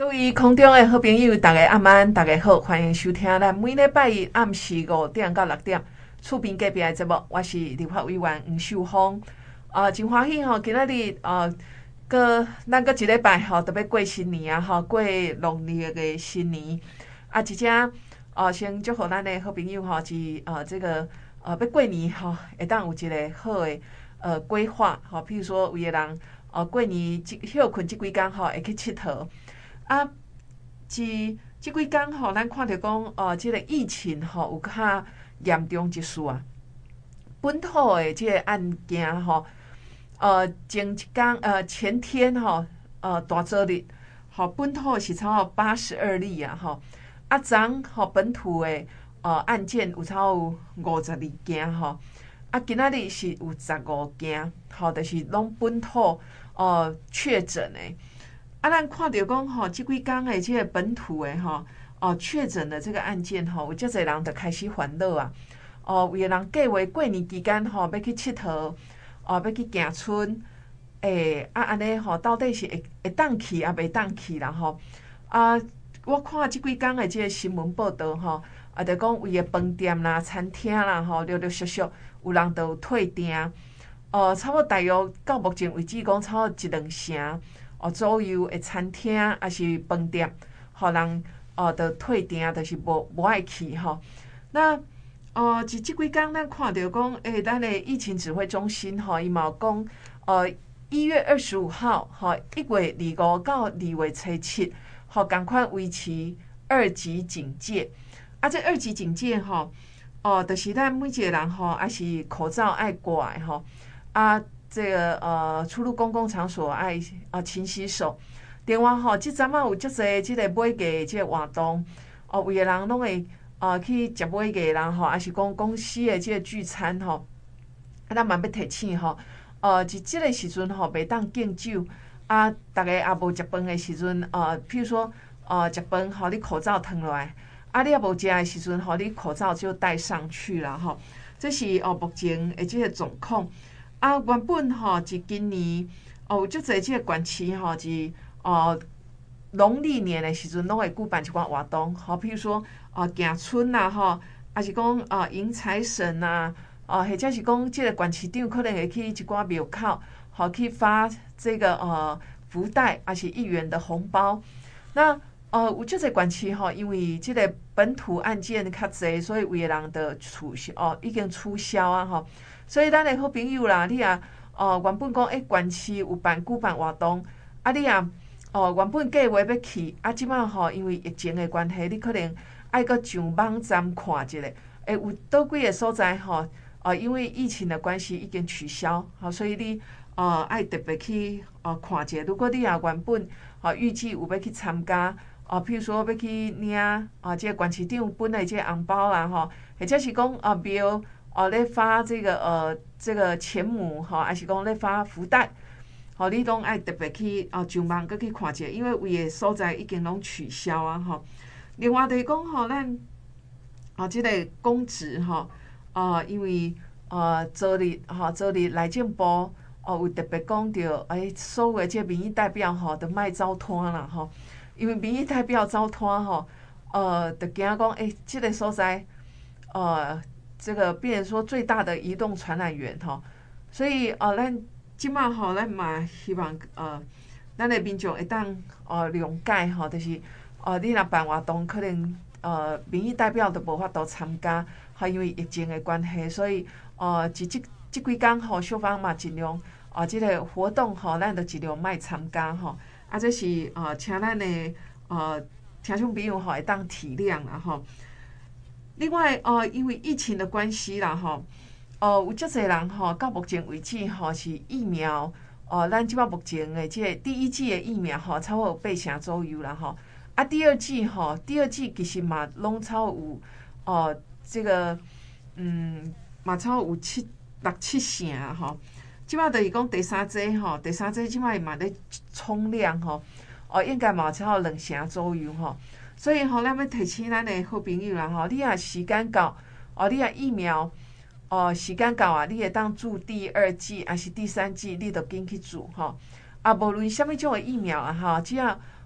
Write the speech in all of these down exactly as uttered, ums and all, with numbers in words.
各位空中的好朋友，大家晚安，大家好，欢迎收听咱每礼拜一暗时五点到六点厝边隔壁的节目。我是立法委员黄秀芳。啊、呃，真欢喜吼，今仔日呃，搁咱搁一礼拜吼，特别过新年啊，吼，过农历的新年。啊，一只呃，先祝福咱的好朋友吼，是呃这个呃要过年吼，会当有一个好的呃规划吼，譬如说有的人呃过年即休困即几工吼，会去佚佗。啊，是即几工吼，咱看着讲，呃，即、这个疫情吼有较严重一丝啊。本土的即个案件吼，呃，前一工呃前天吼，呃大周日，吼本土是超过八十二例啊，吼啊，昨吼本土的呃案件有超过五十二件吼，啊，今仔日是有十五件，吼，就是拢本土呃确诊的。啊，咱看到讲吼，即几工的即个本土的吼，哦确诊的这个案件吼，有遮侪人就开始烦恼啊。哦，有的人计划过年期间吼要去佚佗，哦要去行村，诶啊安尼吼，到底是会会当去啊袂当去啦吼。啊，我看即几工的即个新闻报道吼，啊，就讲有的饭店啦、餐厅啦吼，陆陆续续有人就有退订，呃，差不多大约到目前为止讲，差不多一两成。哦，左右的餐厅还是饭店，互人哦，就退订，就是无无爱去吼。那呃，是即几工咱看到讲，诶，咱的疫情指挥中心吼，伊嘛有讲，呃，一月二十五号，吼，一月二五到二月初七，吼，赶快维持二级警戒。啊，这二级警戒吼，哦，就是咱每一个人吼，还是口罩爱挂的吼，啊。这个呃，出入公共场所爱啊勤洗手。另外吼，即阵啊有足侪即个买价即个活动，哦，有的人拢会呃去食买价人吼，还是讲公司的即个聚餐吼，啊，咱嘛要提醒吼，呃，是即个时阵吼，袂当敬酒啊，逐个也无食饭的时阵，呃，譬如说呃食饭吼，你口罩脱落来，啊，你也无食的时阵吼，你口罩就戴上去啦吼。这是哦目前的即个状况。啊，原本吼是今年哦，有足侪即个县市吼是哦，农历年的时阵拢会举办一寡活动，吼，譬如说哦行村啦吼，还是讲啊迎财神呐，哦或者是讲即个县市长可能会去一寡庙口，好去发这个呃福袋，还是一元的红包。那呃有足侪县市吼，因为即个本土案件较侪，所以有的人的取消哦已经取消啊吼。所以咱的好朋友啦，你啊，哦，原本讲诶，县市有办举办活动，啊，你啊，哦，原本计划要去，啊，即摆吼，因为疫情的关系，你可能爱搁上网站看一下，诶，有倒几个所在吼，哦，因为疫情的关系已经取消，好，所以你呃爱特别去呃看一下。如果你啊原本哦预计有要去参加，哦，譬如说要去领啊，即、这个县市长本的即个红包啦吼，或者是讲啊庙。哦，咧发这个呃，这个钱母吼，还是讲咧发福袋，吼，你拢爱特别去哦上网搁去看者，因为有诶所在已经拢取消啊吼。另外就是讲吼，咱哦，即、这个公职吼，呃，因为呃昨日吼，昨日内政部哦有特别讲着，诶，所有诶即个民意代表吼，都莫走摊啦吼，因为民意代表走摊吼，呃，就惊讲诶，即、这个所在，呃。这个变成说最大的移动传染源哈，所以呃，咱即马吼，咱嘛希望呃，咱的民众会当呃谅解吼，就是呃，你若办活动，可能呃，民意代表都无法度参加，哈，因为疫情的关系，所以呃，即即即几工吼，小芳嘛尽量啊，即、这个活动吼，咱就尽量莫参加吼，啊，这是呃，请咱的呃听众朋友吼会当体谅啦吼。另外，呃，因为疫情的关系啦，吼，呃，有足侪人吼，到目前为止吼是疫苗，呃，咱即摆目前的即个第一剂的疫苗吼，差不多有八成左右啦，吼。啊，第二剂吼，第二剂其实嘛拢超有，呃，这个，嗯，嘛超有七六七成吼。即摆就是讲第三剂吼，第三剂即摆嘛咧冲量吼，哦，应该嘛超有两成左右吼。所以吼，咱要提醒咱的好朋友啦吼，你若时间到，哦，你若疫苗，哦，时间到啊，你会当注第二剂还是第三剂，你就紧去注吼。啊，无论什么种的疫苗啊，吼，只要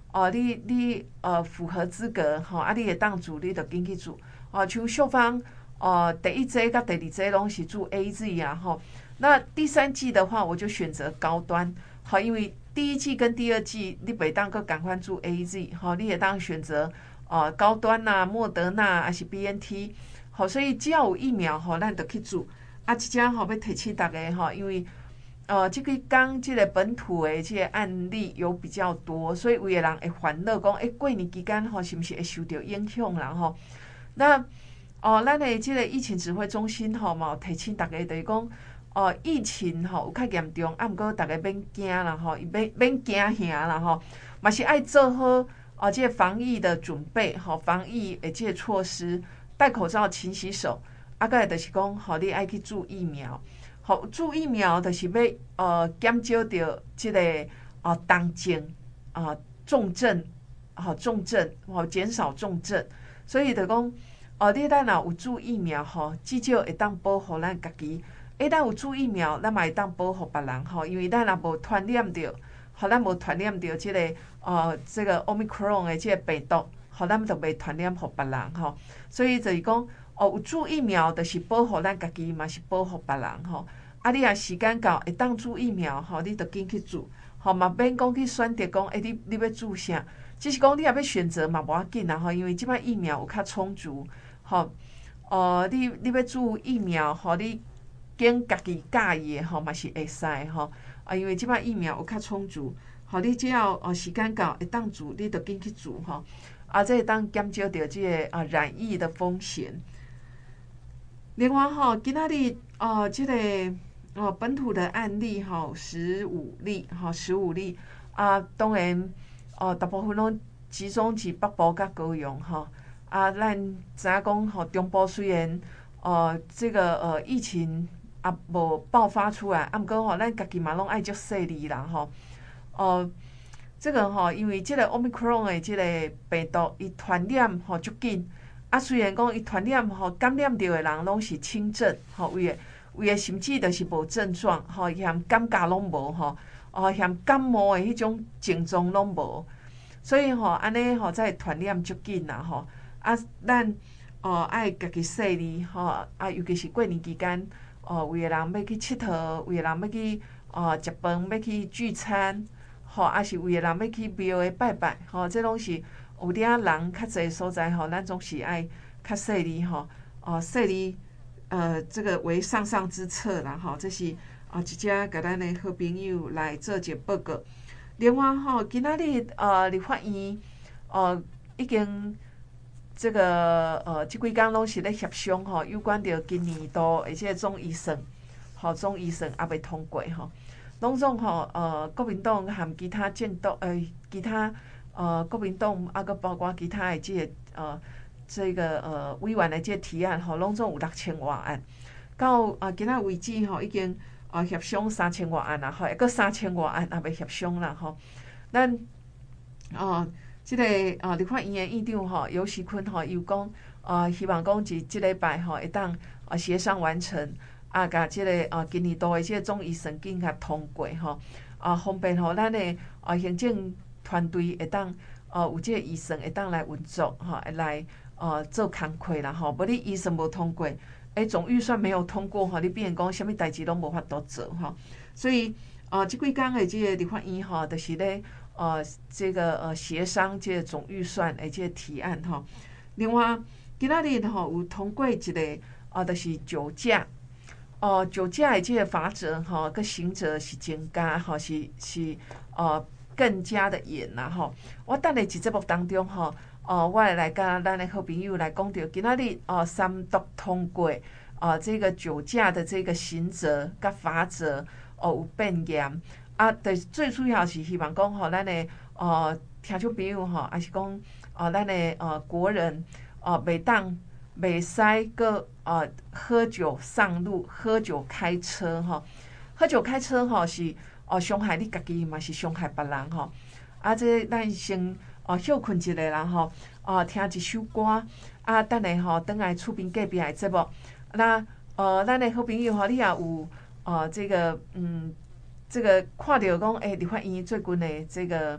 哦，你你呃符合资格吼，啊，你会当住，你就紧去住。哦，像秀芳，呃，第一季甲第二季拢是住 A Z 啊，吼。那第三季的话，我就选择高端，好，因为第一季跟第二季你袂当个赶快住 A Z，好，你也当选择呃高端呐、啊、莫德纳还是 B N T，好，所以只要有疫苗吼，咱就去住。啊，即只吼要提醒大家吼，因为呃，即个讲即个本土的即个案例有比较多，所以有的人会烦恼讲，诶，过年期间吼是毋是会受到影响啦吼？那哦，咱的即个疫情指挥中心吼嘛，提醒大家就是讲，哦，疫情吼有较严重，啊，毋过大家免惊啦吼，免免惊吓啦吼，嘛是爱做好哦，即个防疫的准备吼，防疫的即个措施，戴口罩、勤洗手，啊，个就是讲，吼，你爱去注疫苗。好，注疫苗就是要呃减少掉即个啊重症啊重症，好重症，好减少重症，所以就讲哦，你咱若有注疫苗吼，至少会当保护咱家己。诶，咱有注疫苗，咱嘛会当保护别人吼，因为咱若无传染着，互咱无传染着即个呃这个 Omicron 的即个病毒，互咱就袂传染互别人吼。所以就是讲。哦，有注疫苗，就是保护咱家己，嘛是保护别人吼。啊，你若时间到会当注疫苗吼，你就紧去注，吼嘛免讲去选择讲，诶、欸，你你要注啥？只是讲你也要选择嘛，无要紧啦吼，因为即摆疫苗有较充足，吼，呃，你你要注疫苗，吼，你经家己介意的吼，嘛是会使吼。啊，因为即摆疫苗有较充足，吼，你只要哦时间到会当注，你就紧去注吼。啊，这会当减少着即个啊染疫的风险。另外吼，今仔日哦，即、这个哦本土的案例吼十五例，吼十五例啊，当然哦大部分拢集中伫北部甲高雄吼啊，咱知影讲吼中部虽然呃这个呃疫情也无爆发出来，啊毋过吼咱家己嘛拢爱足细腻啦吼，呃这个吼因为即个 Omicron 的即个病毒伊传染吼足紧。啊，虽然讲伊传染吼感染着的人拢是轻症，吼有诶有诶甚至就是无症状，吼嫌感觉拢无吼，哦嫌感冒诶迄种症状拢无，所以吼安尼吼才会传染足紧啦吼。啊，咱哦爱家己细腻吼，啊尤其是过年期间，哦有诶人要去佚佗，有诶人要去哦食饭，要去聚餐，吼啊是有诶人要去庙诶拜拜，吼这拢是。有点人较侪所在吼，咱总是爱较细腻吼，哦细腻，呃，这个为上上之策啦吼，这是啊一只甲咱的好朋友来做一个报告。另外吼，今仔日呃立法院呃已经这个呃即几工拢是咧协商吼，有关着今年度而且总预算，吼总预算还未通过吼，拢总吼呃国民党含其他政党呃其他。呃，国民党啊，佮包括其他的即个呃，这个呃委员的即个提案吼，拢总有六千外案。到啊今仔为止吼，已经啊协商三千外案啦，吼，还佫三千外案也未协商啦，吼。咱啊，即、这个啊立法院的院长吼，游锡堃吼，伊有讲啊，希望讲即即礼拜吼，会当啊协商完成，啊，甲即个啊今年度的即个总预算紧甲通过吼，啊方便吼咱的啊行政。团队会当呃有即个预算会当来运作吼，会来呃做工课啦吼。无你预算无通过，诶总预算没有通过吼，你变讲啥物代志拢无法度做吼。所以呃即几工的即个立法院吼，就是咧呃这个呃协商即个总预算的即个提案吼。另外今仔日吼有通过一个啊，就是酒驾。哦，酒驾的即个罚则吼，佮刑责是增加吼，是是呃。更加的严啦吼！我等下伫节目当中吼，哦，我会来甲咱的好朋友来讲到今仔日哦三读通过啊，这个酒驾的这个刑责甲罚则哦有变严啊，对，最主要是希望讲吼，咱的哦听众朋友吼，还是讲哦咱的呃国人哦袂当袂使个呃喝酒上路、喝酒开车吼，喝酒开车吼是。哦，伤害你家己嘛是伤害别人吼，啊，这咱先哦休困一下啦吼，哦听一首歌，啊，等下吼等来厝边隔壁的节目，那呃咱的好朋友吼，你也有呃这个嗯这个看到讲诶，立法院最近的这个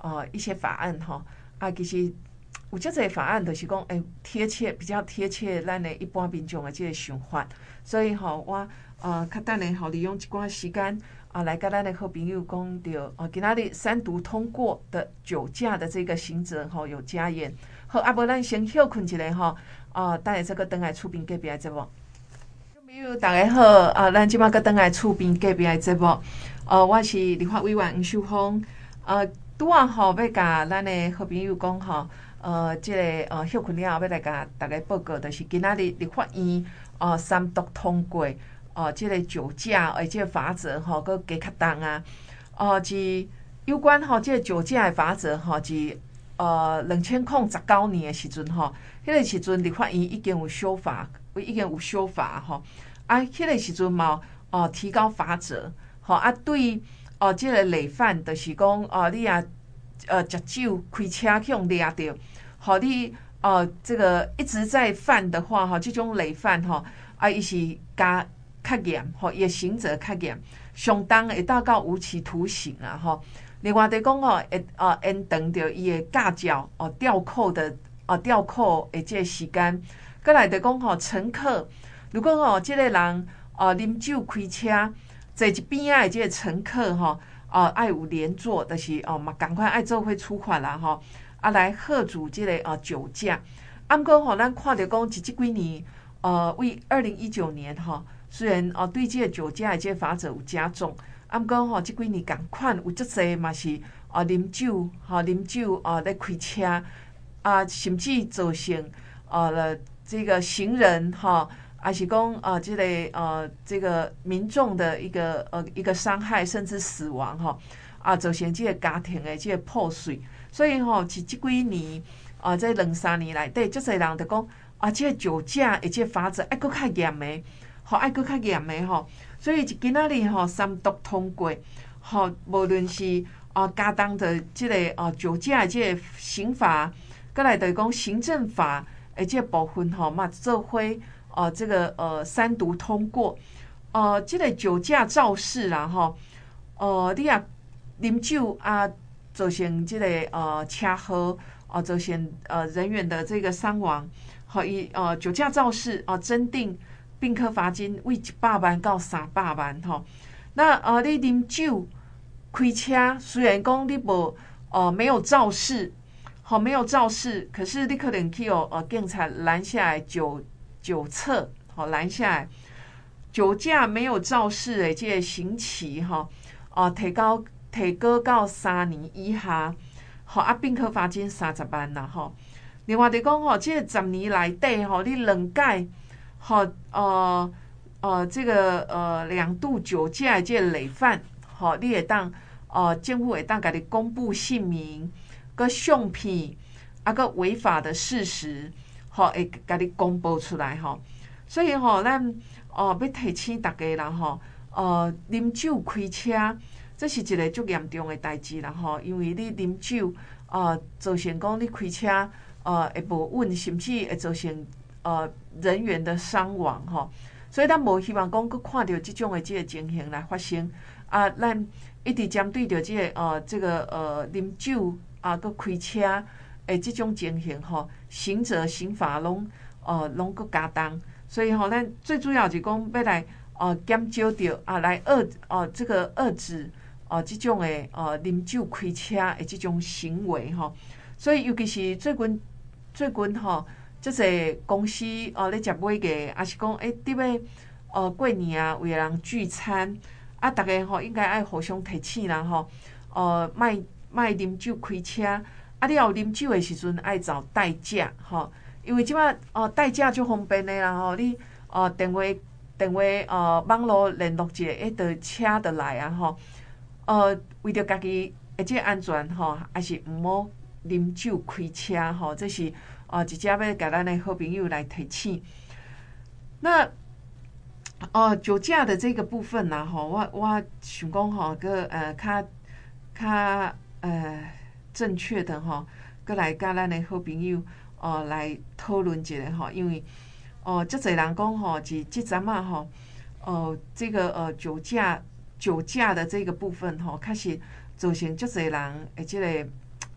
呃一些法案吼，啊，其实有遮侪法案就是讲，诶、欸，贴切比较贴切咱的一般民众的这个想法，所以吼，我呃较等下吼利用一寡时间啊，来跟咱的好朋友讲到，哦，今仔日三读通过的酒驾的这个刑责吼有加严。好，啊无咱先休困一下吼，啊，等下再个等来厝边隔壁的节目。朋友大家好，啊，咱即马个等来厝边隔壁的节目，呃，我是立法委员吴秀芳，呃，拄啊吼要甲咱的好朋友讲吼，呃，即、这个呃休困了后要来甲大家报告，就是今仔日立法院呃三读通过，呃，即、这个酒驾诶，即个罚则吼，佮加较重啊，呃，是有关吼即、这个酒驾的罚则吼是呃两千零十九年的时阵吼，迄、那个时阵立法院已经有修法。已经有修法吼，啊，迄个时阵嘛，哦，提高罚则，吼啊，对，哦，即个累犯，就是讲，哦，你啊，呃，食酒开车去用掠着，吼，你，哦，这个一直在犯的话，吼，即种累犯，吼，啊，伊是加较严，吼，伊刑责较严，相当会达到无期徒刑啊，吼。另外，就讲吼，会啊延长着伊的驾照哦吊扣的哦吊扣的即个时间。再来就讲吼，乘客如果吼即、这个人哦啉酒开车，坐一边仔的即个乘客吼哦爱有连坐，就是哦嘛赶快爱做伙处罚啦吼，啊来吓阻即个哦酒驾。啊，毋过吼，咱看着讲，即即几年呃为二零一九年吼，虽然哦对即个酒驾的即个罚则有加重，啊毋过吼即几年共款有足侪嘛是哦啉酒吼啉酒哦咧开车啊，甚至造成呃。这个行人哈，还是讲呃，这个呃，这个民众的一个呃一个伤害，甚至死亡哈，啊，造成这个家庭的这个破碎。所以吼，是这几年啊，在两三年来，对，足侪人就讲啊，这个酒驾的这个罚则爱搁较严的，吼，爱搁较严的吼。所以今仔日吼三读通过，吼，无论是啊加重的这个啊酒驾的这个刑罚，再来就是讲行政法。诶，这个部分吼嘛，做伙呃，这个呃三读通过，呃，这个酒驾肇事啦吼，呃，你啊啉酒啊，造成这个呃车祸，哦、呃，造成呃人员的这个伤亡，好以呃酒驾肇事哦，增订并科罚金为一百万到三百万吼。那呃，你啉酒开车，虽然讲你无呃没有肇事。好，没有肇事，可是你可能去有呃警察拦下来酒酒测，好拦下来，酒驾没有肇事的这个刑期哈，哦、呃、提高提高到三年以下，好啊，并科罚金三十万啦吼。另外就讲吼，这个十年内底吼，你两届吼呃呃这个呃两度酒驾的这个累犯，吼你会当呃政府会当家己公布姓名。个相片啊，个违法的事实，吼会甲你公布出来吼。所以吼，咱哦要提醒大家啦吼，呃，啉酒开车，这是一个足严重的代志啦吼。因为你啉酒，呃，造成讲你开车，呃，会无稳，甚至会造成呃人员的伤亡吼。所以咱无希望讲，佮看到这种的这个情形来发生啊，咱一直针对着这个呃这个呃啉酒。啊，佮开车诶，即种情形吼，刑责刑法拢呃拢佮加重，所以吼，咱最主要是讲要来呃减少着啊，来遏呃这个遏制呃即种诶呃啉酒开车诶即种行为吼。所以尤其是最近最近吼，即个公司哦咧食尾价，也是讲诶，伫要呃过年啊，为人聚餐啊，逐个吼应该爱互相提醒啦吼，呃，卖。莫啉酒开车，啊！你有啉酒的时阵爱找代驾吼，因为即摆哦代驾足方便的啦吼，你哦电话电话呃网络联络一下，诶，就车就来啊吼。呃，为着家己诶即个安全吼，还是毋好啉酒开车吼，这是哦直接要甲咱的好朋友来提醒。那哦酒驾的这个部分啦吼，我我想讲吼个呃较较。呃，正确的哈，过来甲咱的好朋友哦、呃、来讨论一下哈，因为哦，足、呃、侪人讲吼，是即阵啊吼，呃，这个呃酒驾酒驾的这个部分吼，开始造成足侪人诶，即个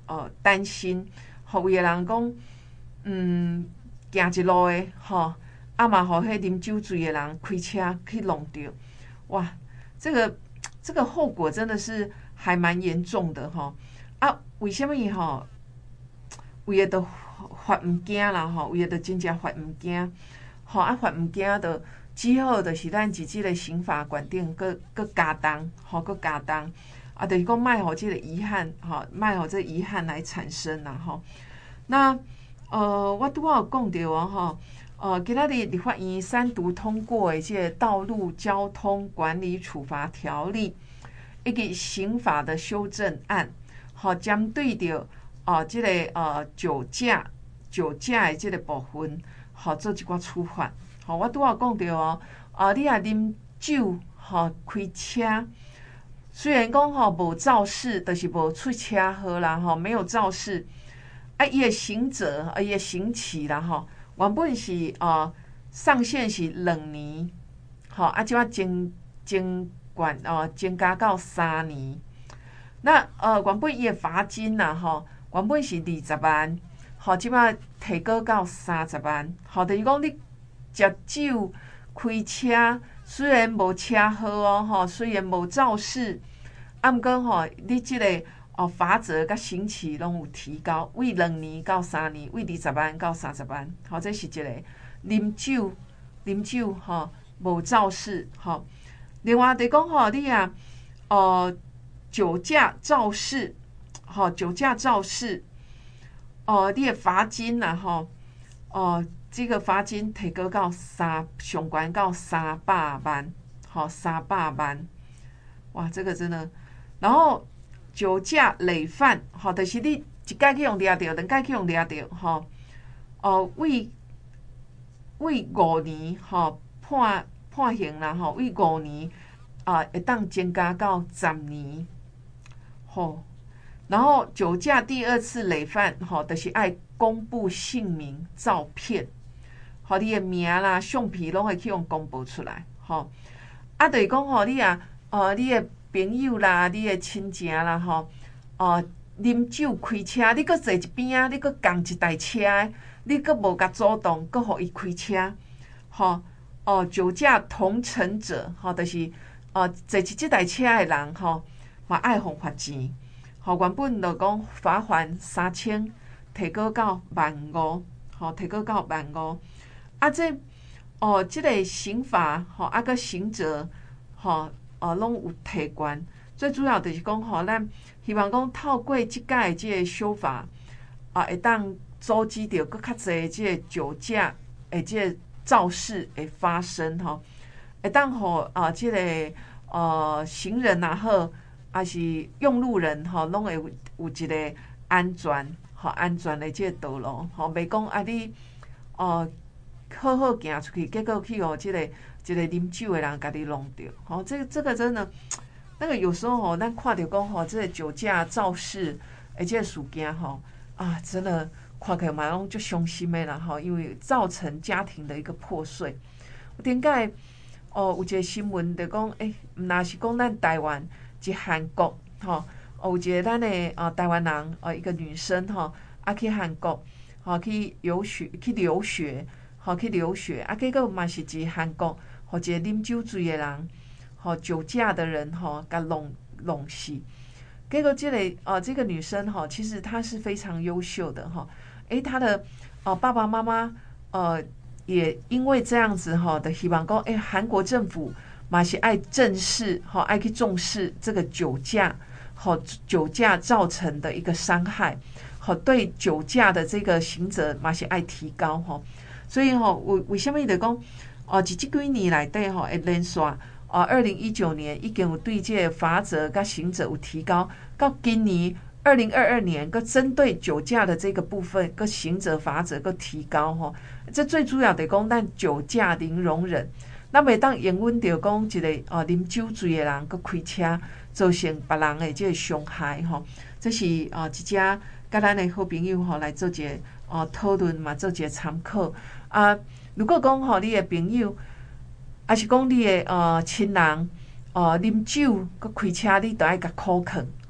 呃担心，吼，有的人讲，嗯，行一路的吼，啊嘛，互迄啉酒醉的人开车去弄着，哇，这个这个后果真的是还蛮严重的吼。啊，为什么吼？为了都罚毋惊啦吼，为了都真正罚毋惊，吼啊罚毋惊的。之后就是咱自己的刑法观点，搁搁加重，吼，搁加重，啊，就是讲卖互这个遗憾，吼，卖互这遗憾来产生啦，吼。那呃，我拄好有讲到哦，吼，呃，今仔日立法院三读通过的这个《道路交通管理处罚条例》以及刑法的修正案，吼，针对着哦，这个呃酒驾、酒驾的这个部分，吼，做一寡处罚。吼，我拄仔讲到哦，啊，你若啉酒，吼，开车，虽然讲吼无肇事，就是无出车祸啦，吼，没有肇事，啊，伊的刑责，啊，伊的刑期啦，吼，原本是呃上限是两年，吼，啊，即摆增增管哦，增加到三年。那呃，原本伊的罚金啦，吼，原本是二十万，吼，即摆提高到三十万，吼，等于讲你。食酒开车，虽然无车祸哦，吼，虽然无肇事，啊，毋过吼，你即、这个哦罚则甲刑期拢有提高，为两年到三年，为二十万到三十万，吼，这是一个啉酒啉酒吼无肇事，吼。另外就讲吼，你啊，呃，酒驾肇事，吼，酒驾肇事，哦、呃，你的罚金啦，吼，哦、呃。这个罚金提高到三，上悬到三百万，好，三百万，哇，这个真的。然后酒驾累犯，好，就是你一届去用抓到，两届去用抓到，吼，哦，为为五年，吼，判判刑啦，吼，为五年啊，会当增加到十年，吼。然后酒驾第二次累犯，吼，就是爱公布姓名、照片。吼，你的名啦、相片拢会去用公布出来，吼。啊，就是讲吼，你啊，呃，你的朋友啦、你的亲情啦，吼，呃，啉酒开车，你搁坐一边啊，你搁共一台车，你搁无甲主动，搁互伊开车，吼，哦、呃，酒驾同乘者，吼，就是呃，坐一即台车的人，吼，嘛爱互罚钱，吼，原本就讲罚款三千，提高到万五，吼，提高到万五。啊，这哦，这个刑罚吼，啊个刑责吼，哦，拢有提悬。最主要就是讲吼，咱希望讲透过即届即个修法，啊，会当阻止着搁较侪即个酒驾诶，即个肇事会发生吼，会当互啊，即个呃行人也好，还是用路人吼，拢会有有一个安全吼安全的即个道路吼，袂讲啊你哦。好好行出去，结果去哦，这个一个啉酒的人家己弄着，吼、哦，这个这个真的，那个有时候吼，咱看到讲吼，这个酒驾肇事，而且事件吼，啊，真的看起来嘛拢足伤心的啦，吼，因为造成家庭的一个破碎。有顶解哦，有一个新闻就讲，诶、欸，若是讲咱台湾一韩国，吼、哦，有一个咱的呃台湾人，呃一个女生吼，啊去韩国，吼、哦、去游学去留学。吼去留学啊，结果嘛是一韩国，互一个啉酒醉的人，吼酒驾的人，吼甲弄弄死。结果这个呃这个女生哈，其实她是非常优秀的哈，诶，她的呃爸爸妈妈呃也因为这样子哈的希望讲，诶，韩国政府嘛是爱正视哈，爱去重视这个酒驾，好酒驾造成的一个伤害，好对酒驾的这个刑责嘛是爱提高哈。所以吼，为为什么就讲哦？伫即几年内底吼，会连续哦，二零一九年已经有对这个罚则甲刑责有提高，到今年二零二二年，个针对酒驾的这个部分，个刑责罚则个提高吼。这最主要的讲，咱酒驾零容忍，那袂当延阮着讲一个哦啉酒醉的人个开车，造成别人的这个伤害吼。这是啊一只甲咱的好朋友吼来做一个哦讨论嘛，做一个参考。啊，如果讲吼，你的朋友，还是讲你的呃亲人，呃啉酒佮开车，你都爱甲苦劝，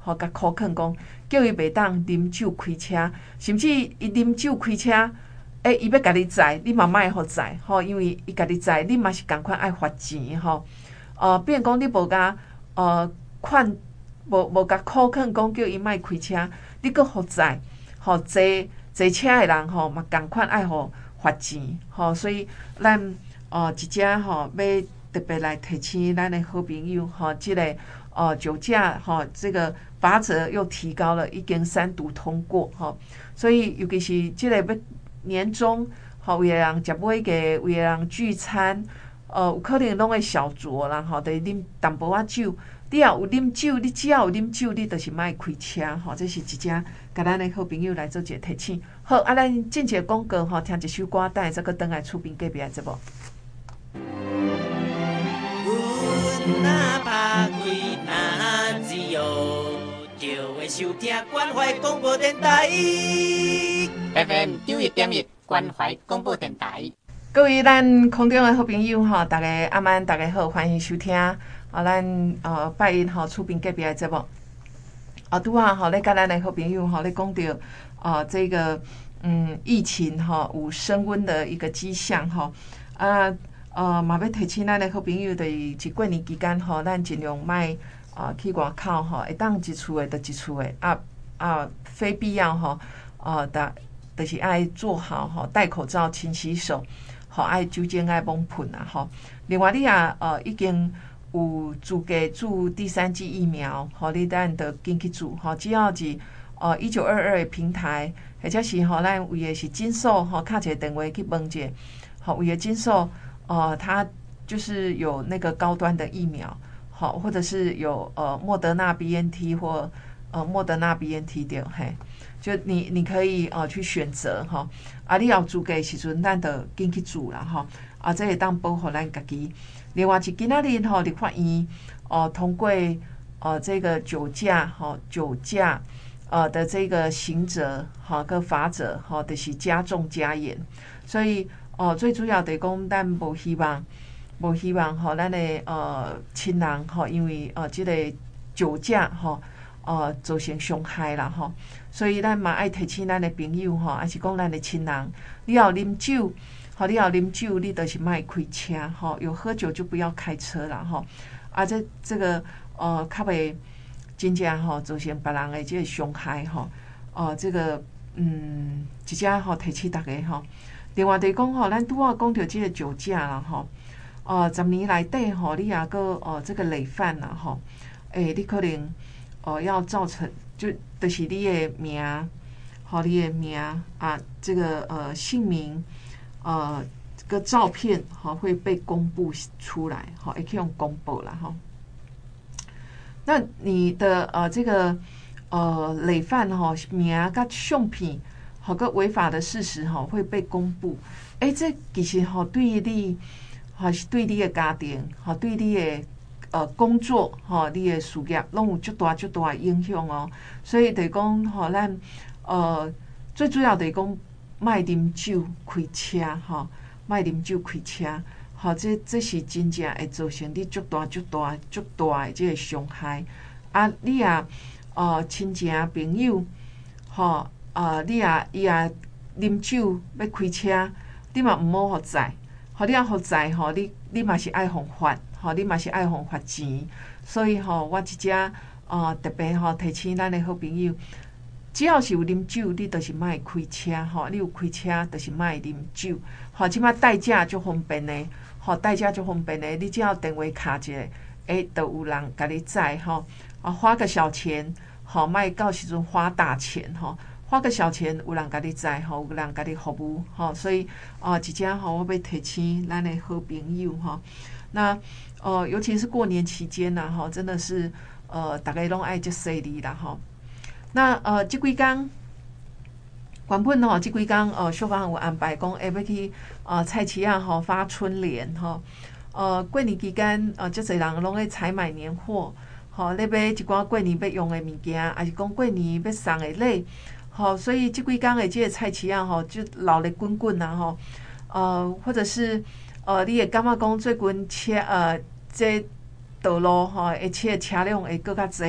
吼，甲苛刻讲，叫伊袂当啉酒开车，甚至伊啉酒开车，诶、欸，伊要甲你载，你嘛莫互载，吼，因为伊甲你载，你嘛是共款爱罚钱，吼。呃，变讲你无甲呃款，无无甲苛刻讲叫伊莫开车，你搁互载，吼，坐坐车诶人吼嘛共款爱互罚钱，吼，所以咱呃一只吼要特别来提醒咱的好朋友，吼，即、这个呃酒驾，吼，这个罚则又提高了，已经三读通过，吼，所以尤其是即个要年终，吼，为了人食尾价，为了人聚餐。呃，有可能拢会小酌啦，吼，就是啉淡薄仔酒。你若有啉酒，你只要有啉酒，你就是莫开车，吼，这是一只甲咱的好朋友来做一个提醒。好，啊，咱进一个广告，吼，听一首歌，等下再搁转来厝边隔壁的节目。 哪怕开哪自由，就会收听关怀广播电台 F M 九一点一关怀广播电台。 各位咱空中的好朋友吼，大家阿曼大家好，欢迎收听啊，咱呃拜一吼厝边隔壁的节目。啊，拄啊吼，咧甲咱的好朋友吼咧讲到啊这个嗯疫情吼有升温的一个迹象吼啊呃嘛要提醒咱的好朋友，就是即过年期间吼，咱尽量莫啊去外口吼，会当一厝的就一厝的啊啊非必要吼啊的，就是爱做好吼戴口罩、勤洗手。吼，爱酒精爱猛喷啊！吼，另外你也呃已经有注册注第三剂疫苗，吼，你咱着紧去注吼，只要是呃一九二二的平台，或者是吼咱为的是诊所吼，敲一个电话去问一下，吼，为的诊所呃，它就是有那个高端的疫苗，好，或者是有呃莫德纳 B N T 或呃莫德纳 B N T 对，嘿。就你你可以呃去选择哈，啊你要注册的时阵，咱就紧去注啦哈，啊这会当保护咱家己。另外是今仔日吼，立法院哦通过呃这个酒驾哈酒驾呃的这个刑责哈跟罚则哈，就是加重加严。所以哦、呃、最主要的讲，咱无希望无希望吼，咱的呃亲人吼，因为呃这个酒驾吼。呃，造成伤害啦吼，所以咱嘛爱提醒咱的朋友吼，还是讲咱的亲人，你要啉酒，吼，你要啉酒，你就是莫开车吼，有喝酒就不要开车啦吼。啊，这这个呃，较袂真正吼造成别人的这个伤害吼。哦、呃，这个嗯，一只吼提醒大家吼。另外就是讲吼，咱拄仔讲到这个酒驾啦吼，呃，十年内底吼，你也个呃这个累犯啦吼，诶、欸，你可能。哦，要造成就就是你的名，好，你的名啊，这个呃姓名，呃这个照片好会被公布出来，好也可以用公布啦哈。那你的呃这个呃累犯哈名跟相片，好个违法的事实哈会被公布，哎、欸，这其实哈对你，还是对你的家庭，好对你的。呃，工作吼，你的事业拢有足大足大的影响哦。所以就是讲吼，咱呃最主要就是讲，莫啉酒开车吼，莫啉酒开车，吼，这这是真正会造成你足大足大足大的这个伤害。啊，你也呃亲情朋友，吼，呃，你也伊也啉酒要开车，你嘛毋好互载，吼，你要互载吼，你你嘛是爱互罚。吼，你嘛是爱互罚钱，所以吼，我即只呃特别吼提醒咱的好朋友，只要是有啉酒，你就是莫开车吼，你有开车就是莫啉酒，吼，即马代驾就方便的，吼，代驾就方便的，你只要电话卡一下，诶，就有人甲你载吼，啊，花个小钱，吼，莫到时阵花大钱吼。花个小钱，有人甲你载吼，有人甲你服务吼，所以啊、呃，一只吼，我要提醒咱的好朋友吼。那呃，尤其是过年期间呐，哈，真的是呃，大家拢爱接犀利啦，哈。那呃，这几天原本吼，这几天呃，消防有安排讲，会要去呃菜市仔吼发春联吼。呃，过年期间呃，遮侪人拢在采买年货，吼，咧买一寡过年要用的物件，还是讲过年要送的礼。好，所以这几天的这个菜市仔吼，就闹咧滚滚啊吼，呃，或者是呃，你会感觉讲最近车呃，这道路吼，而且车辆会更较侪，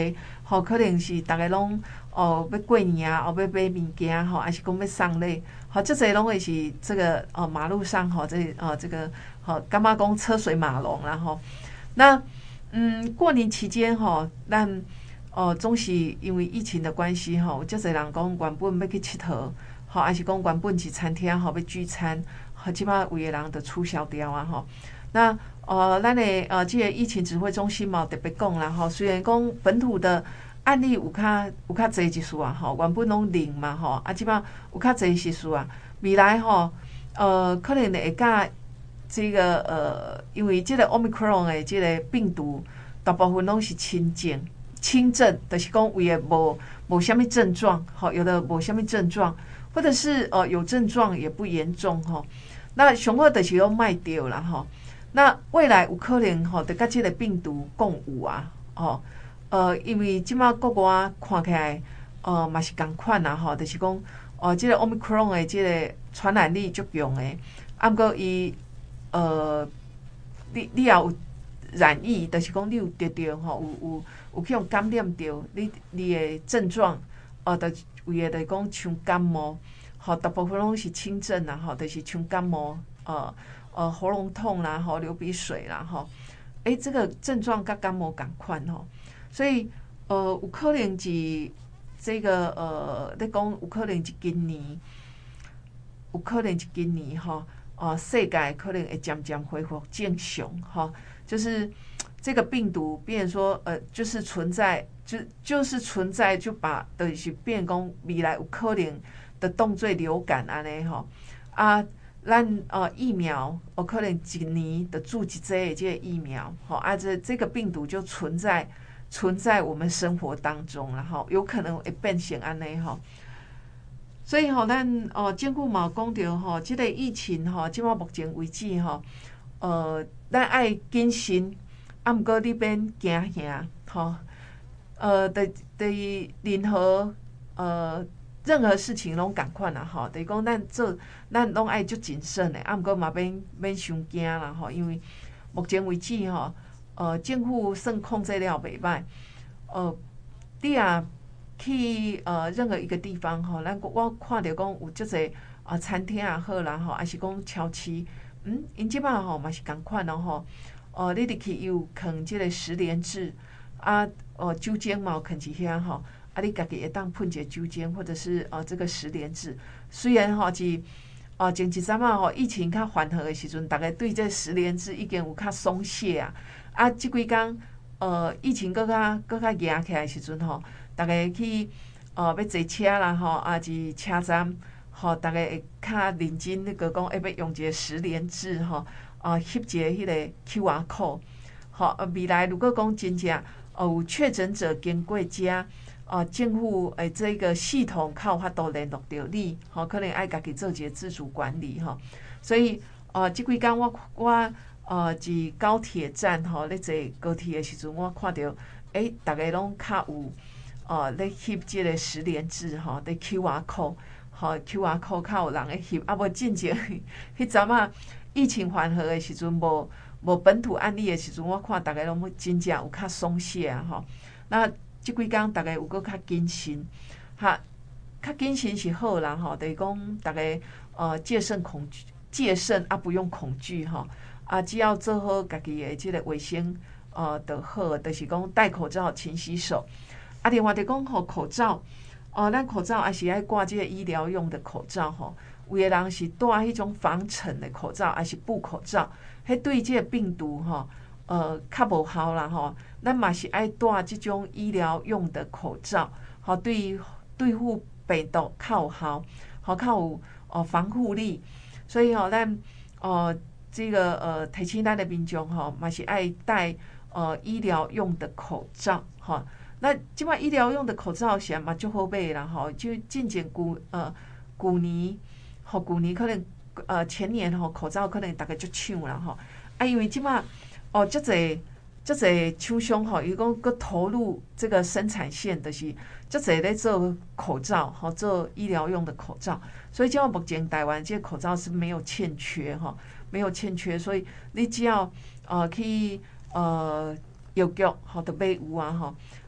吼、哦，可能是大家拢哦要过年啊，哦要买物件吼，还是讲要送礼，好、哦，这些拢会是这个哦马路上吼、哦，这哦这个好干妈讲车水马龙啦吼。那嗯过年期间吼、哦，咱哦总是因为疫情的关系吼，有遮侪人讲原本要去佚佗，吼，还是讲原本是餐厅吼要聚餐，吼，即摆有诶人就取消掉啊吼。那呃，咱的呃，这个疫情指挥中心嘛特别讲啦吼，虽然讲本土的案例有较有较侪一数啊吼，原本拢零嘛吼，啊即摆有较侪一数啊，未来吼呃可能会甲这个呃，因为这个 Omicron 的这个病毒大部分拢是轻症，轻症就是讲有的无无啥物症状，吼，有的无啥物症状，或者是呃有症状也不严重吼。那上好就是拢卖掉啦吼。那未来有可能吼，得甲即个病毒共舞啊，吼，呃，因为即马国外看起来，呃，嘛是共款啦吼，就是讲，哦、呃，即、這個 Omicron 的即個傳染力足強的，啊，毋過伊，呃，你你也有染疫，就是講你有得着吼，有有有去用感染着，你你的症狀，哦、呃，就有的就講像感冒，吼，大部分攏是輕症啦，吼，就是像感冒，呃。呃，喉咙痛啦，吼，流鼻水啦，吼，诶，这个症状甲感冒共款吼，所以呃，有可能是这个呃，你讲有可能是今年，有可能是今年吼，呃，世界可能会渐渐恢复正常吼，就是这个病毒变成说呃，就是存在，就就是存在，就把等于是变讲未来有可能的当作流感安尼吼啊。咱呃疫苗，有可能一年的注一剂的这个疫苗，好啊，这这个病毒就存在存在我们生活当中，然后有可能会变成安尼吼。所以吼，咱呃政府嘛讲到吼，这个疫情吼，即马目前为止吼，呃，咱爱谨慎，啊，毋过你免惊吓吼，呃，对对，任何呃。任何事情拢共款啦吼，就是讲咱做咱拢爱足谨慎的，啊，毋过嘛免免伤惊啦吼，因为目前为止吼，呃，政府算控制了袂歹，呃，你啊去呃任何一个地方吼，咱我看到讲有足侪啊餐厅也好啦吼，还是讲超市，嗯，因即摆吼嘛是共款咯吼，呃，你入去有囥即个实联制，啊，呃，酒精嘛有囥一遐吼。啊，你家己会当喷一个酒精，或者是呃这个实联制。虽然吼、喔、是呃前一阵仔吼疫情较缓和的时阵，大家对这实联制已经有较松懈啊。啊，即几工呃疫情搁较搁较严起来的时阵吼，大家去呃要坐车啦吼，啊是车站吼，大家会较认真那个讲，要要用一个实联制吼，啊翕一个迄个 Q R code。好，呃未来如果讲真正呃有确诊者经过遮。呃，政府诶，这个系统较有法度联络到你，吼、哦，可能爱家己做一个自主管理吼、哦。所以，呃，即几工我我呃，伫高铁站吼，咧、哦、坐高铁诶时阵，我看到诶，大家拢较有呃咧翕即个实联制吼，咧 Q R code， 吼 Q R code 较有人咧翕，啊无进前迄阵啊疫情缓和诶时阵，无无本土案例诶时阵，我看大家拢真正有较松懈啊吼。那即几工大家有搁较谨慎，哈，较谨慎是好啦吼，就是讲大家呃戒慎恐惧，戒慎啊不用恐惧吼，啊只要做好家己的即个卫生呃就好，就是讲戴口罩、勤洗手，啊另外就讲吼口罩，哦咱口罩还是爱挂即个医疗用的口罩吼，有的人是戴迄种防尘的口罩，还是布口罩，迄对即个病毒吼。呃，较无效啦吼，咱嘛是爱戴即种医疗用的口罩，好对对付病毒较有效，好较有呃防护力。所以吼，咱呃这个呃提醒咱的民众吼，嘛是爱戴呃医疗用的口罩吼。那即摆医疗用的口罩是嘛足好买啦吼，就进前旧呃旧年吼，旧年可能呃前年吼口罩可能大概就抢啦吼，啊因为即摆。哦，足侪足侪厂商吼，伊讲佮投入这个生产线，就是足侪咧做口罩，吼，做医疗用的口罩。所以，就目前台湾这口罩是没有欠缺，吼，没有欠缺。所以，你只要呃去呃邮局，吼，就买有啊，吼，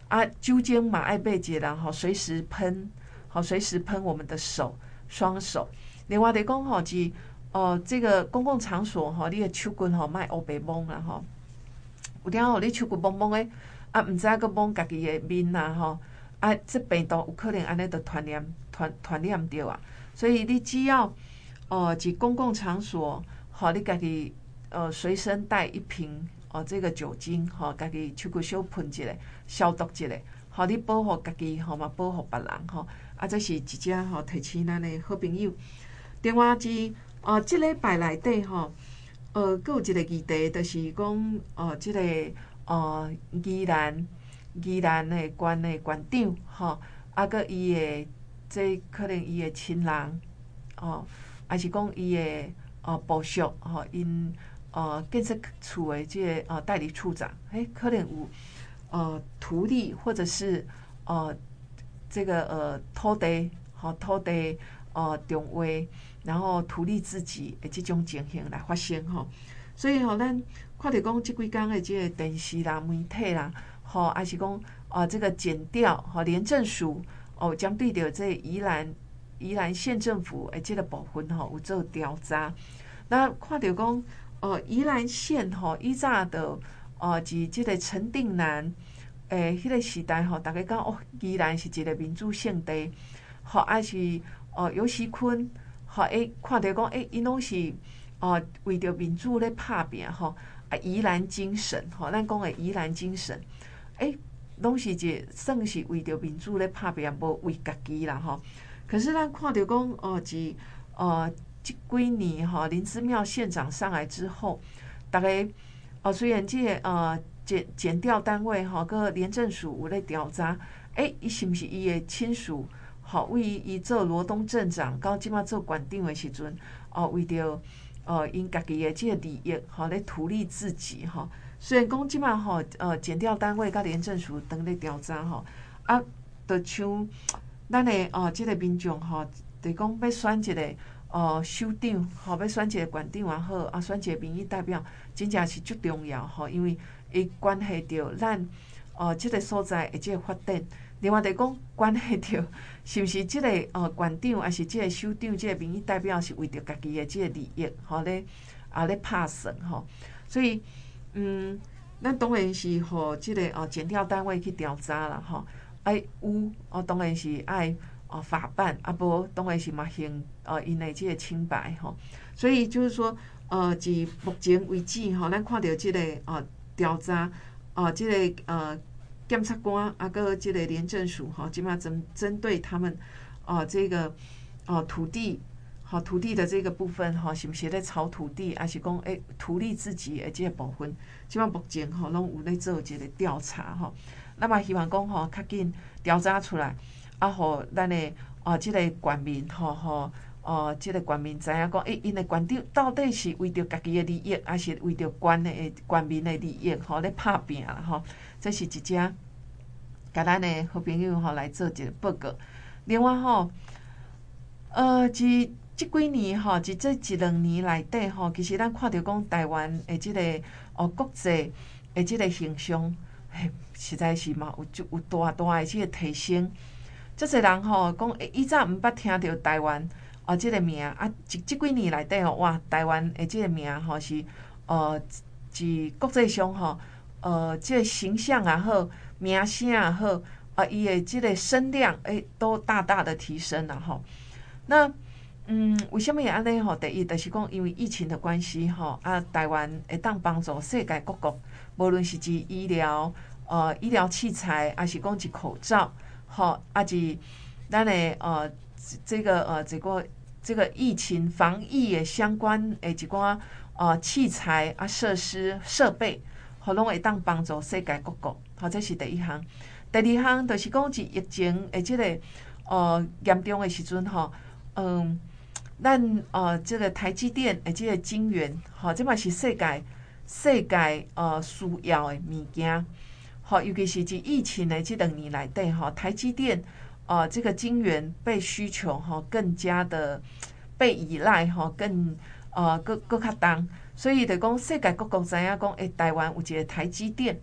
啊，酒精嘛爱备一个人吼，随时喷，好，随时喷我们的手、双手。另外来讲吼，是呃这个公共场所吼，你的手棍吼莫黑白蒙啦吼。有当吼你手棍蒙蒙的，啊，毋知影个蒙家己的面啦吼，啊，这病毒有可能安尼就传染传传染着啊。所以你只要呃是公共场所，吼，你家己呃随身带一瓶哦这个酒精，吼，家己手棍小喷一下，消毒一下，吼，你保护家己，吼嘛保护别人吼。啊，这是一只吼提醒咱的好朋友。另外是呃，即礼拜内底吼。呃，佫有一个议题，就是讲，呃，即、這个呃，宜蘭宜蘭的县的县長，吼，啊，佮伊的即可能伊的親人，哦，還是講伊的呃部屬，吼，因呃建設處的即個呃代理處長，誒，可能有呃圖利或者是呃這個呃土地，吼、土地呃重劃。然後圖利自己的這種情形來發生吼，所以吼咱看到講這幾天的這個電視啦、媒體啦，吼，還是講啊這個檢調吼廉政署哦，針對着這宜蘭宜蘭縣政府的這個部分吼有做調查。那看到講呃宜蘭縣吼以早的呃是這個陳定南誒迄個時代吼，大家講哦宜蘭是一個民主聖地，吼還是呃游錫堃。吼，誒，看到講，誒，因攏是，哦，為着民主咧拍拼吼，啊，宜蘭精神，吼，咱講誒宜蘭精神，誒，攏是一算是為着民主咧拍拼，無為家己啦，吼。可是咱看到講，哦，是，呃，這幾年吼，林姿妙縣長上來之後，大家，哦，雖然這個呃檢檢調單位吼，個廉政署有咧調查，誒，伊是毋是伊誒親屬？好，為伊做羅東鎮長，到即馬做縣長的時陣，哦，為着呃因家己的這個利益，吼咧圖利自己，吼。雖然講即馬吼，呃，檢調單位甲廉政署當咧調查，吼，啊，就像咱的哦，即、這個民眾吼，就講要選一個呃首長，吼，要選一個縣長也好，啊，選一個民意代表，真正是足重要，吼，因為伊關係到咱呃即、這個所在的即個發展。另外，就講關係到是毋是即個呃縣長，還是即個首長，即個民意代表是為着家己的即個利益，吼咧啊咧拍算吼。所以，嗯，咱當然是互即個呃檢調單位去調查啦，吼。愛有哦，當然是愛呃法辦，啊無當然是嘛行呃因的即個清白吼。所以就是說，呃，至目前為止吼，咱看到即個呃調查，呃即個呃。檢察官啊，個這個廉政署哈，基本上針針對他們啊，這個啊土地好土地的這個部分哈，是不是在炒土地，還是講誒圖利自己的這個部分，基本上目前哈攏有在做這個調查哈。那麼希望講哈，較緊調查出來，啊，互咱的啊這個縣民哈哈，哦，這個縣民知影講，誒，因的縣長到底是為着家己的利益，還是為着縣的縣民的利益，吼咧拍拼啦，吼。這是一隻甲咱的好朋友吼來做一個報告。另外吼，呃，這這幾年吼，這這一兩年內底吼，其實咱看到講台灣的這個哦國際的這個形象，嘿，實在是嘛有有大大的這個提升。這些人吼講，以前毋捌聽到台灣哦這個名啊，這這幾年內底吼，哇，台灣的這個名吼是呃是國際上吼。呃，這個形象也好，名聲也好，啊，伊的這個聲量，誒、欸，都大大的提升了吼。那，嗯，為什麼會安尼吼？第一，就是講因為疫情的關係吼，啊，台灣會當幫助世界各國，無論是指醫療，呃，醫療器材，還是講是口罩，吼，啊，是咱的呃，這個呃，這個這個疫情防疫的相關誒一寡呃器材啊、設施設備。互攏會當幫助世界各國，好，這是第一項。第二項就是講，是疫情誒，即個呃嚴重誒時陣吼，嗯，咱呃這個台積電誒，即個晶圓，吼，這嘛是世界世界呃需要誒物件，好，尤其是即疫情誒即兩年來底吼，台積電呃這個晶圓被需求吼更加的被依賴吼，更呃更更較重。所以就講世界各國知影講，誒台灣有一個台積電，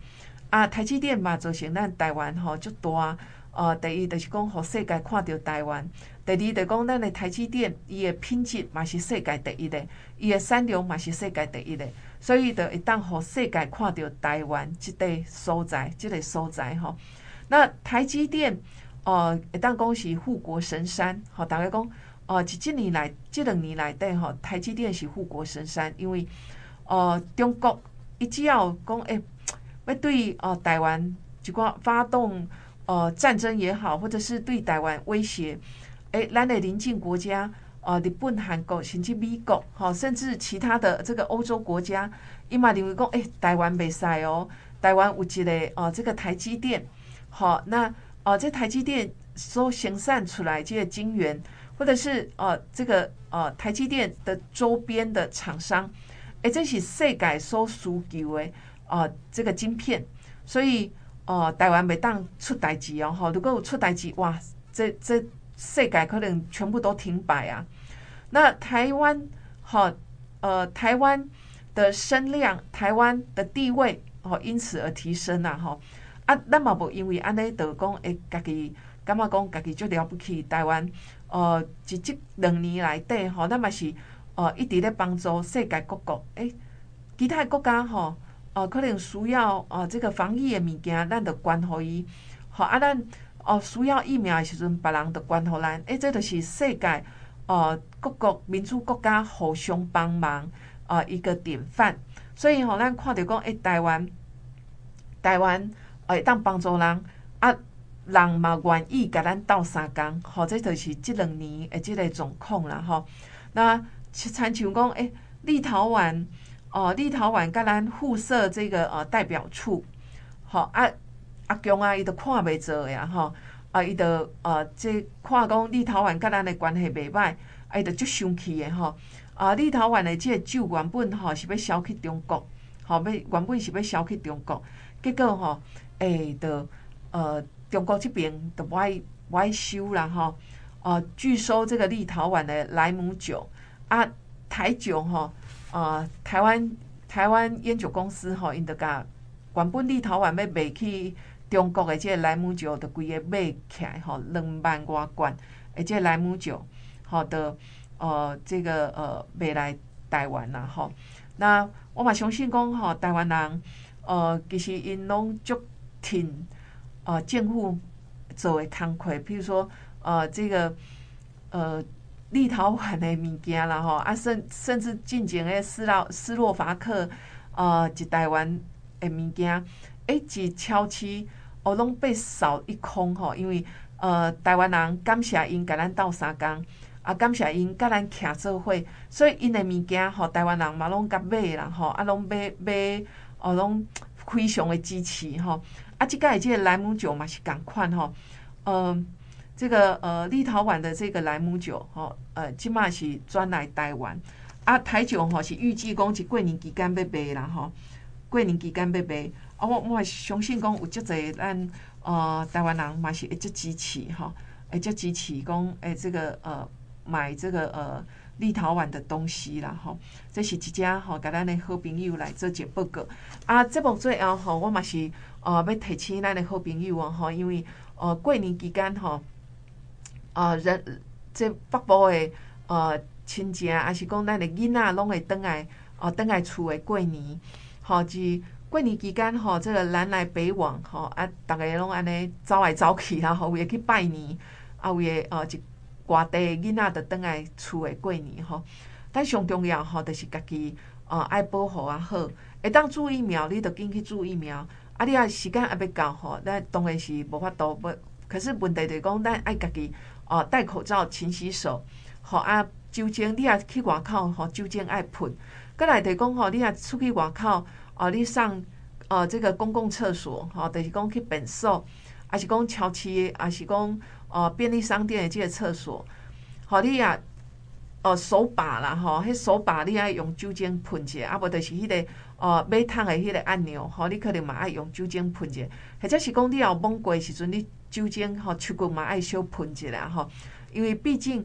啊，台积电嘛造成咱台湾吼足大。呃，第一就是讲，互世界看到台湾；第二就讲，咱的台积电伊的品质嘛是世界第一的，伊的产量嘛是世界第一的，所以就会当互世界看到台湾即个所在，即、这个所在吼。那台积电，呃，会当讲是护国神山，吼，大家讲，呃，即即年来，即两年内底吼，台积电是护国神山，因为，呃，中国伊只要讲，诶、欸，要对呃台湾一寡发动。呃，战争也好，或者是对台湾威胁，诶，咱的邻近国家，呃，日本、韩国，甚至美国，哈、哦，甚至其他的这个欧洲国家，伊嘛认为讲，诶，台湾袂使哦，台湾有一个呃这个台积电，好、哦，那呃这台积电所生产出来这个晶圆，或者是呃这个呃台积电的周边的厂商，诶，这是世界所需求的呃这个晶片，所以。哦，台湾袂当出代志哦，吼！如果有出代志，哇，这这世界可能全部都停摆啊。那台湾，哈，呃，台湾的声量，台湾的地位，哦，因此而提升啊，吼！啊，咱嘛无因为安尼就讲，会家己感觉讲家己足了不起，台湾，呃，即即两年来底，吼，咱嘛是，呃，一直咧帮助世界各国，诶，其他国家，吼。呃，可能需要呃这个防疫的物件，咱就捐互伊。好啊，咱哦需要疫苗的时阵，别人就捐互咱。诶，这就是世界呃各国民主国家互相帮忙呃一个典范。所以吼、哦，咱看到讲，诶，台湾台湾会当帮助人啊，人嘛愿意甲咱斗相共。吼、哦，这就是即两年的即个状况啦。吼、哦，那亲像讲，诶，立陶宛。哦，立陶宛甲咱互设这个呃代表处，吼、哦、啊阿强啊，伊都看袂做呀，吼啊，伊都呃这看讲立陶宛甲咱的关系袂歹，啊，伊就足生气的吼啊，立陶宛的这个酒原本吼、哦、是要销去中国，吼、哦、要原本是要销去中国，结果吼诶，就、欸、呃中国这边就不爱不爱收啦，吼、哦、呃拒收这个立陶宛的莱姆酒啊，台酒吼。哦呃，台湾台湾烟酒公司吼，因着甲原本立陶宛要卖去中国的这个莱姆酒，就规个买起来吼，两万外罐，而且莱姆酒，吼的呃这个呃卖来台湾啦吼。那我嘛相信讲吼，台湾人呃其实因拢足挺呃政府做的工课，譬如说呃这个呃。立陶宛的物件啦吼，啊甚甚至进前的斯洛斯洛伐克，呃，一台湾的物件，诶，一超市哦拢被扫一空吼，因为呃台湾人感谢因甲咱斗相共，啊感谢因甲咱徛做伙，所以因的物件吼，台湾人嘛拢甲买啦吼，啊拢买买哦拢非常的支持吼，啊即个即个莱姆酒嘛是共款吼，嗯、呃。这个呃，立陶宛的这个莱姆酒，吼，呃，即马是转来台湾，啊，台酒吼是预计讲是过年期间要卖啦，吼，过年期间要卖，啊，我我相信讲有足侪咱呃台湾人嘛是会足支持吼，会足支持讲诶这个呃买这个呃立陶宛的东西啦，吼，这是一家吼甲咱的好朋友来做一报告，啊，节目最后吼，我嘛是呃要提醒咱的好朋友哦，吼，因为呃过年期间吼。呃，人这北部的呃亲戚，还是讲咱的囡仔，拢会转来哦，转来厝的过年。吼、哦，是过年期间吼、哦，这个南来北往吼、哦，啊，大家拢安尼走来走去啦，吼，为去拜年，啊，为呃一外地囡仔就转来厝的过年吼。但上重要吼，就是家己呃爱保护啊好，会当注疫苗，你就紧去注疫苗。啊，你啊时间还要到吼，咱当然是无法度要。可是问题就是讲，咱爱家己。哦，戴口罩、勤洗手，吼啊，酒精你也去外口，吼酒精爱喷。再来就是讲，吼你也出去外口，哦，你上呃这个公共厕所，吼，就是讲去便所，还是讲超市，还是讲呃便利商店的这个厕所，吼你也呃手把啦，吼，迄手把你爱用酒精喷者，啊无就是迄、那个呃马桶的迄个按钮，吼，你可能嘛爱用酒精喷者，或者是讲你有摸过的时阵，你酒精吼手骨嘛爱小喷一下吼，因为毕竟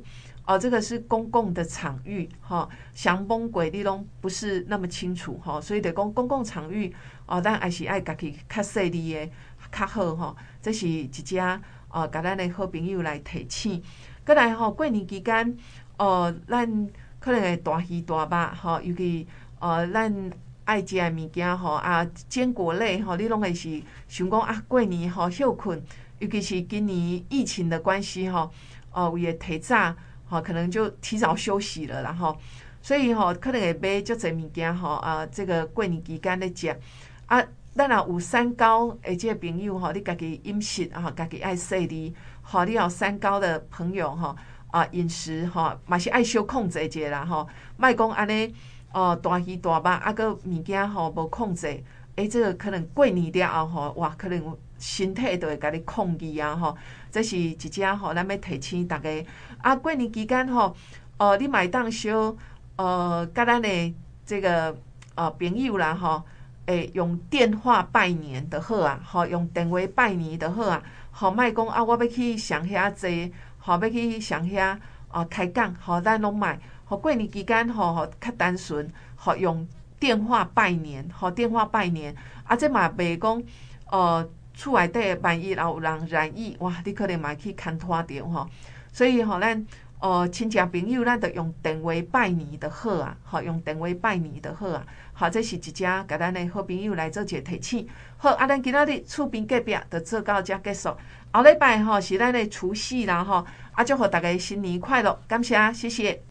哦，这个是公共的场域哈，详崩鬼你拢不是那么清楚哈，所以得讲公共场域哦，咱还是爱家己较细腻的较好哈。这是一只哦，甲咱的好朋友来提醒。过来吼，过年期间哦，咱可能会大鱼大肉吼，尤其呃咱爱食的物件吼啊，坚果类吼，你拢会是想讲啊，过年吼休困，尤其是今年疫情的关系吼，哦，为了提早。吼，可能就提早休息了啦吼，所以吼可能会买足侪物件吼啊，这个过年期间咧食啊，咱若有三高的这个朋友吼，你家己饮食啊，家己爱细腻，吼，你有三高的朋友吼啊，饮食吼嘛是爱小控制者啦吼，莫讲安尼哦大鱼大肉啊个物件吼无控制，诶、欸，这个可能过年了后吼，哇，可能身体都会甲你抗议啊吼，这是一只吼，咱要提醒大家。啊，过年期间吼，呃，你买当小呃，甲咱的这个呃朋友啦吼，诶，用电话拜年就好啊，吼，用电话拜年就好啊，吼，莫讲啊，我要去上遐坐，吼，要去上遐啊开讲，吼，咱拢莫，吼，过年期间吼吼较单纯，吼，用电话拜年，吼，电话拜年，啊，这嘛袂讲，呃，厝内底万一若有人染疫，哇，你可能嘛去牵拖着吼。所以吼，咱呃亲戚朋友，咱就用电话拜年就好啊，吼，用电话拜年就好啊。好，这是一只甲咱的好朋友来做一个提醒。好，啊，咱今仔日厝边隔壁就做到这结束。后礼拜吼是咱的除夕啦吼，啊，祝福大家新年快乐，感谢，谢谢。